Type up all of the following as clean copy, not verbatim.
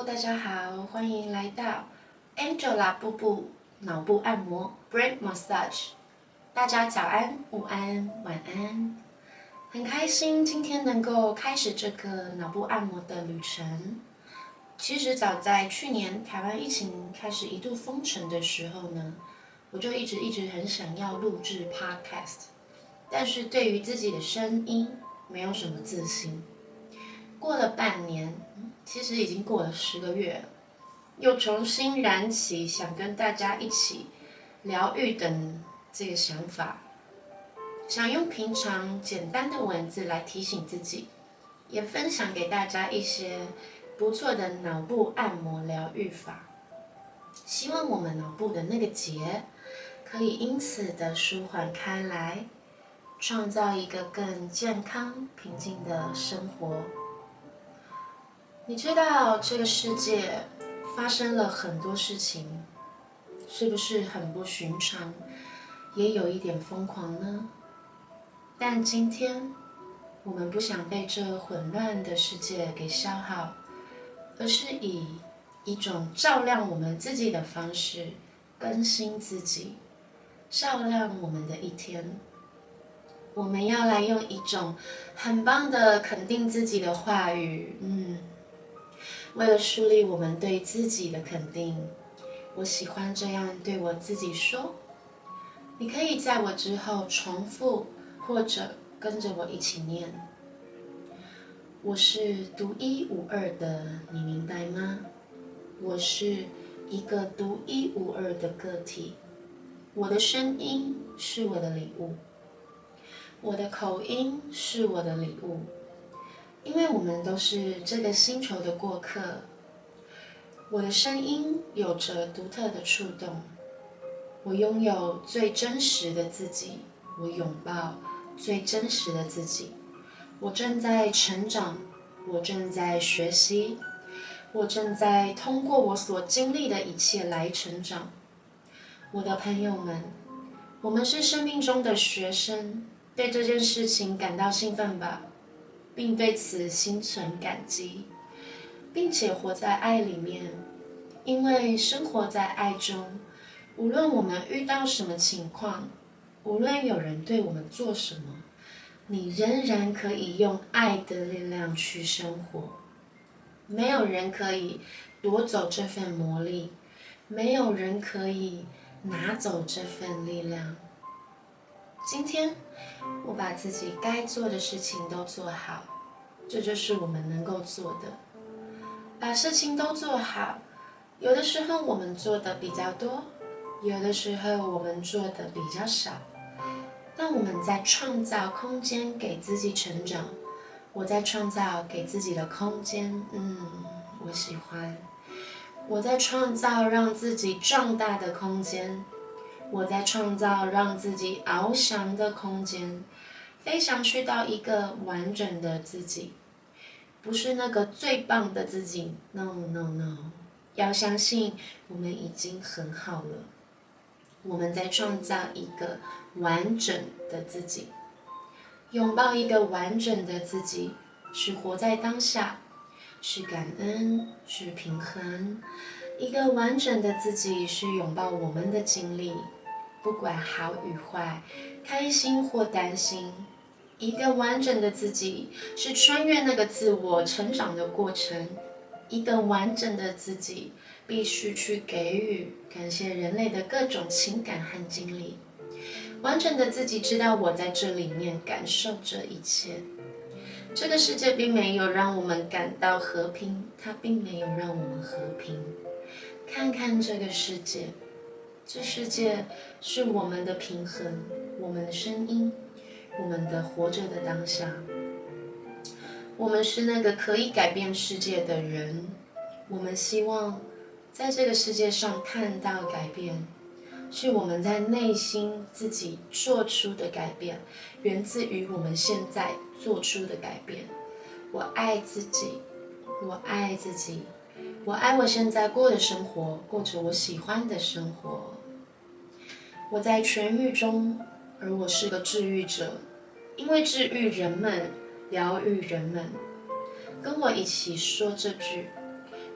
大家好，欢迎来到 Angela 布布脑部按摩 Brain Massage。大家早安、午安、晚安。很开心今天能够开始这个脑部按摩的旅程。其实早在去年台湾疫情开始一度封城的时候呢，我就一直很想要录制 Podcast， 但是对于自己的声音没有什么自信。过了半年，其实已经过了10个月了，又重新燃起想跟大家一起疗愈的这个想法，想用平常简单的文字来提醒自己，也分享给大家一些不错的脑部按摩疗愈法，希望我们脑部的那个结可以因此的舒缓开来，创造一个更健康平静的生活。你知道这个世界发生了很多事情，是不是很不寻常，也有一点疯狂呢？但今天我们不想被这混乱的世界给消耗，而是以一种照亮我们自己的方式更新自己，照亮我们的一天。我们要来用一种很棒的肯定自己的话语，为了树立我们对自己的肯定，我喜欢这样对我自己说。你可以在我之后重复，或者跟着我一起念。我是独一无二的，你明白吗？我是一个独一无二的个体。我的声音是我的礼物，我的口音是我的礼物。因为我们都是这个星球的过客，我的声音有着独特的触动，我拥有最真实的自己，我拥抱最真实的自己。我正在成长，我正在学习，我正在通过我所经历的一切来成长。我的朋友们，我们是生命中的学生，对这件事情感到兴奋吧，并对此心存感激，并且活在爱里面，因为生活在爱中，无论我们遇到什么情况，无论有人对我们做什么，你仍然可以用爱的力量去生活。没有人可以夺走这份魔力，没有人可以拿走这份力量。今天我把自己该做的事情都做好，这就是我们能够做的。把事情都做好，有的时候我们做的比较多，有的时候我们做的比较少。当我们在创造空间给自己成长，我在创造给自己的空间，我喜欢。我在创造让自己壮大的空间，我在创造让自己翱翔的空间，飞翔去到一个完整的自己，不是那个最棒的自己 ，no， 要相信我们已经很好了。我们在创造一个完整的自己，拥抱一个完整的自己，是活在当下，是感恩，是平衡。一个完整的自己是拥抱我们的经历，不管好与坏，开心或担心。一个完整的自己是穿越那个自我成长的过程。一个完整的自己必须去给予，感谢人类的各种情感和经历。完整的自己知道我在这里面感受这一切。这个世界并没有让我们感到和平，它并没有让我们和平。看看这个世界，这世界是我们的平衡，我们的声音，我们的活着的当下。我们是那个可以改变世界的人，我们希望在这个世界上看到改变，是我们在内心自己做出的改变，源自于我们现在做出的改变。我爱自己，我爱自己，我爱我现在过的生活，过着我喜欢的生活。我在痊愈中，而我是个治愈者，因为治愈人们，疗愈人们。跟我一起说这句：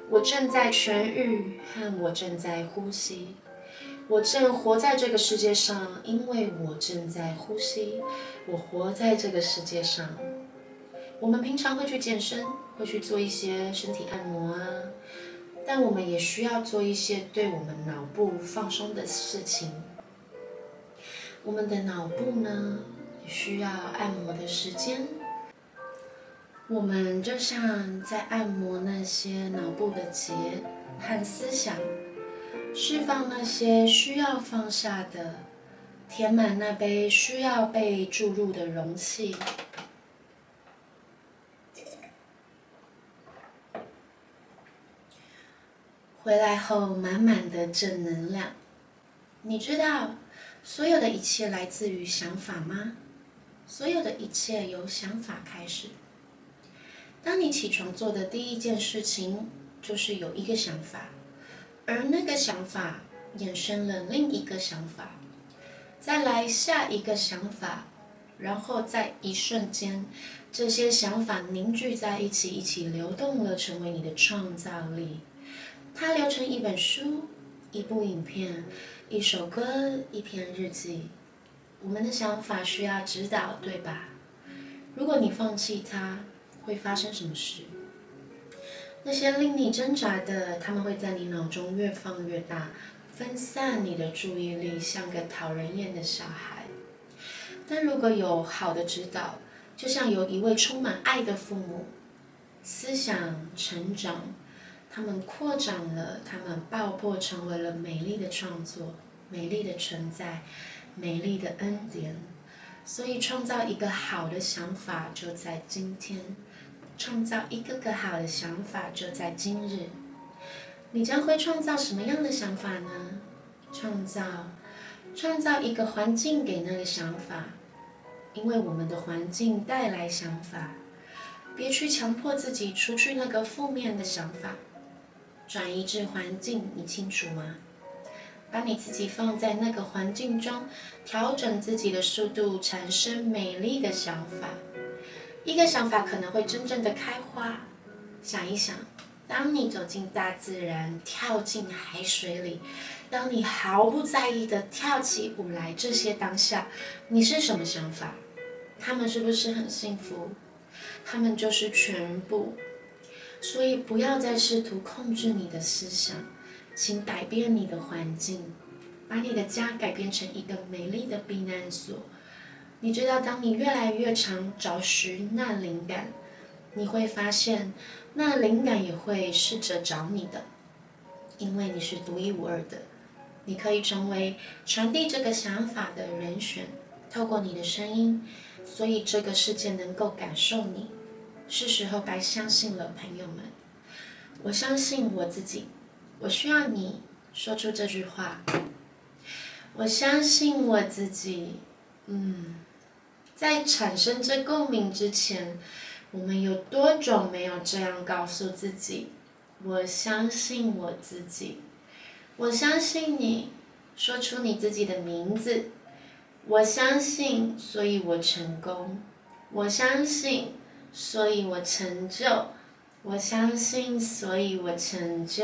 我正在痊愈，和我正在呼吸。我正活在这个世界上，因为我正在呼吸。我活在这个世界上。我们平常会去健身，会去做一些身体按摩啊，但我们也需要做一些对我们脑部放松的事情。我们的脑部呢，也需要按摩的时间。我们就像在按摩那些脑部的结和思想，释放那些需要放下的，填满那杯需要被注入的容器。回来后满满的正能量。你知道所有的一切来自于想法吗？所有的一切由想法开始。当你起床做的第一件事情就是有一个想法，而那个想法衍生了另一个想法，再来下一个想法，然后在一瞬间，这些想法凝聚在一起，一起流动了，成为你的创造力。它流成一本书、一部影片、一首歌、一篇日记。我们的想法需要指导，对吧？如果你放弃它，会发生什么事？那些令你挣扎的，它们会在你脑中越放越大，分散你的注意力，像个讨人厌的小孩。但如果有好的指导，就像有一位充满爱的父母，思想成长，他们扩展了，他们爆破成为了美丽的创作，美丽的存在，美丽的恩典。所以创造一个好的想法就在今天，创造一个个好的想法就在今日。你将会创造什么样的想法呢？创造一个环境给那个想法，因为我们的环境带来想法。别去强迫自己除去那个负面的想法，转移至环境，你清楚吗？把你自己放在那个环境中，调整自己的速度，产生美丽的想法。一个想法可能会真正的开花。想一想，当你走进大自然，跳进海水里，当你毫不在意的跳起舞来，这些当下，你是什么想法？他们是不是很幸福？他们就是全部。所以不要再试图控制你的思想，请改变你的环境，把你的家改变成一个美丽的避难所。你知道，当你越来越常找寻那灵感，你会发现那灵感也会试着找你的，因为你是独一无二的。你可以成为传递这个想法的人选，透过你的声音，所以这个世界能够感受你。是时候该相信了，朋友们。我相信我自己，我需要你说出这句话。我相信我自己。在产生这共鸣之前，我们有多久没有这样告诉自己？我相信我自己。我相信你，说出你自己的名字。我相信，所以我成功。我相信，所以我成就。我相信，所以我成就。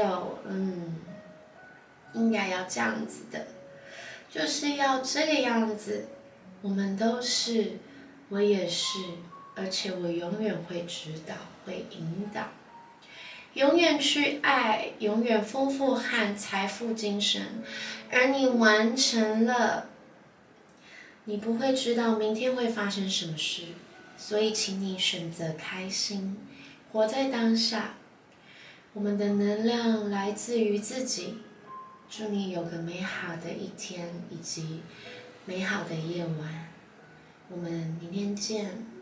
应该要这样子的，就是要这个样子。我们都是，我也是，而且我永远会指导，会引导，永远去爱，永远丰富和财富精神。而你完成了，你不会知道明天会发生什么事，所以请你选择开心，活在当下。我们的能量来自于自己。祝你有个美好的一天，以及美好的夜晚。我们明天见。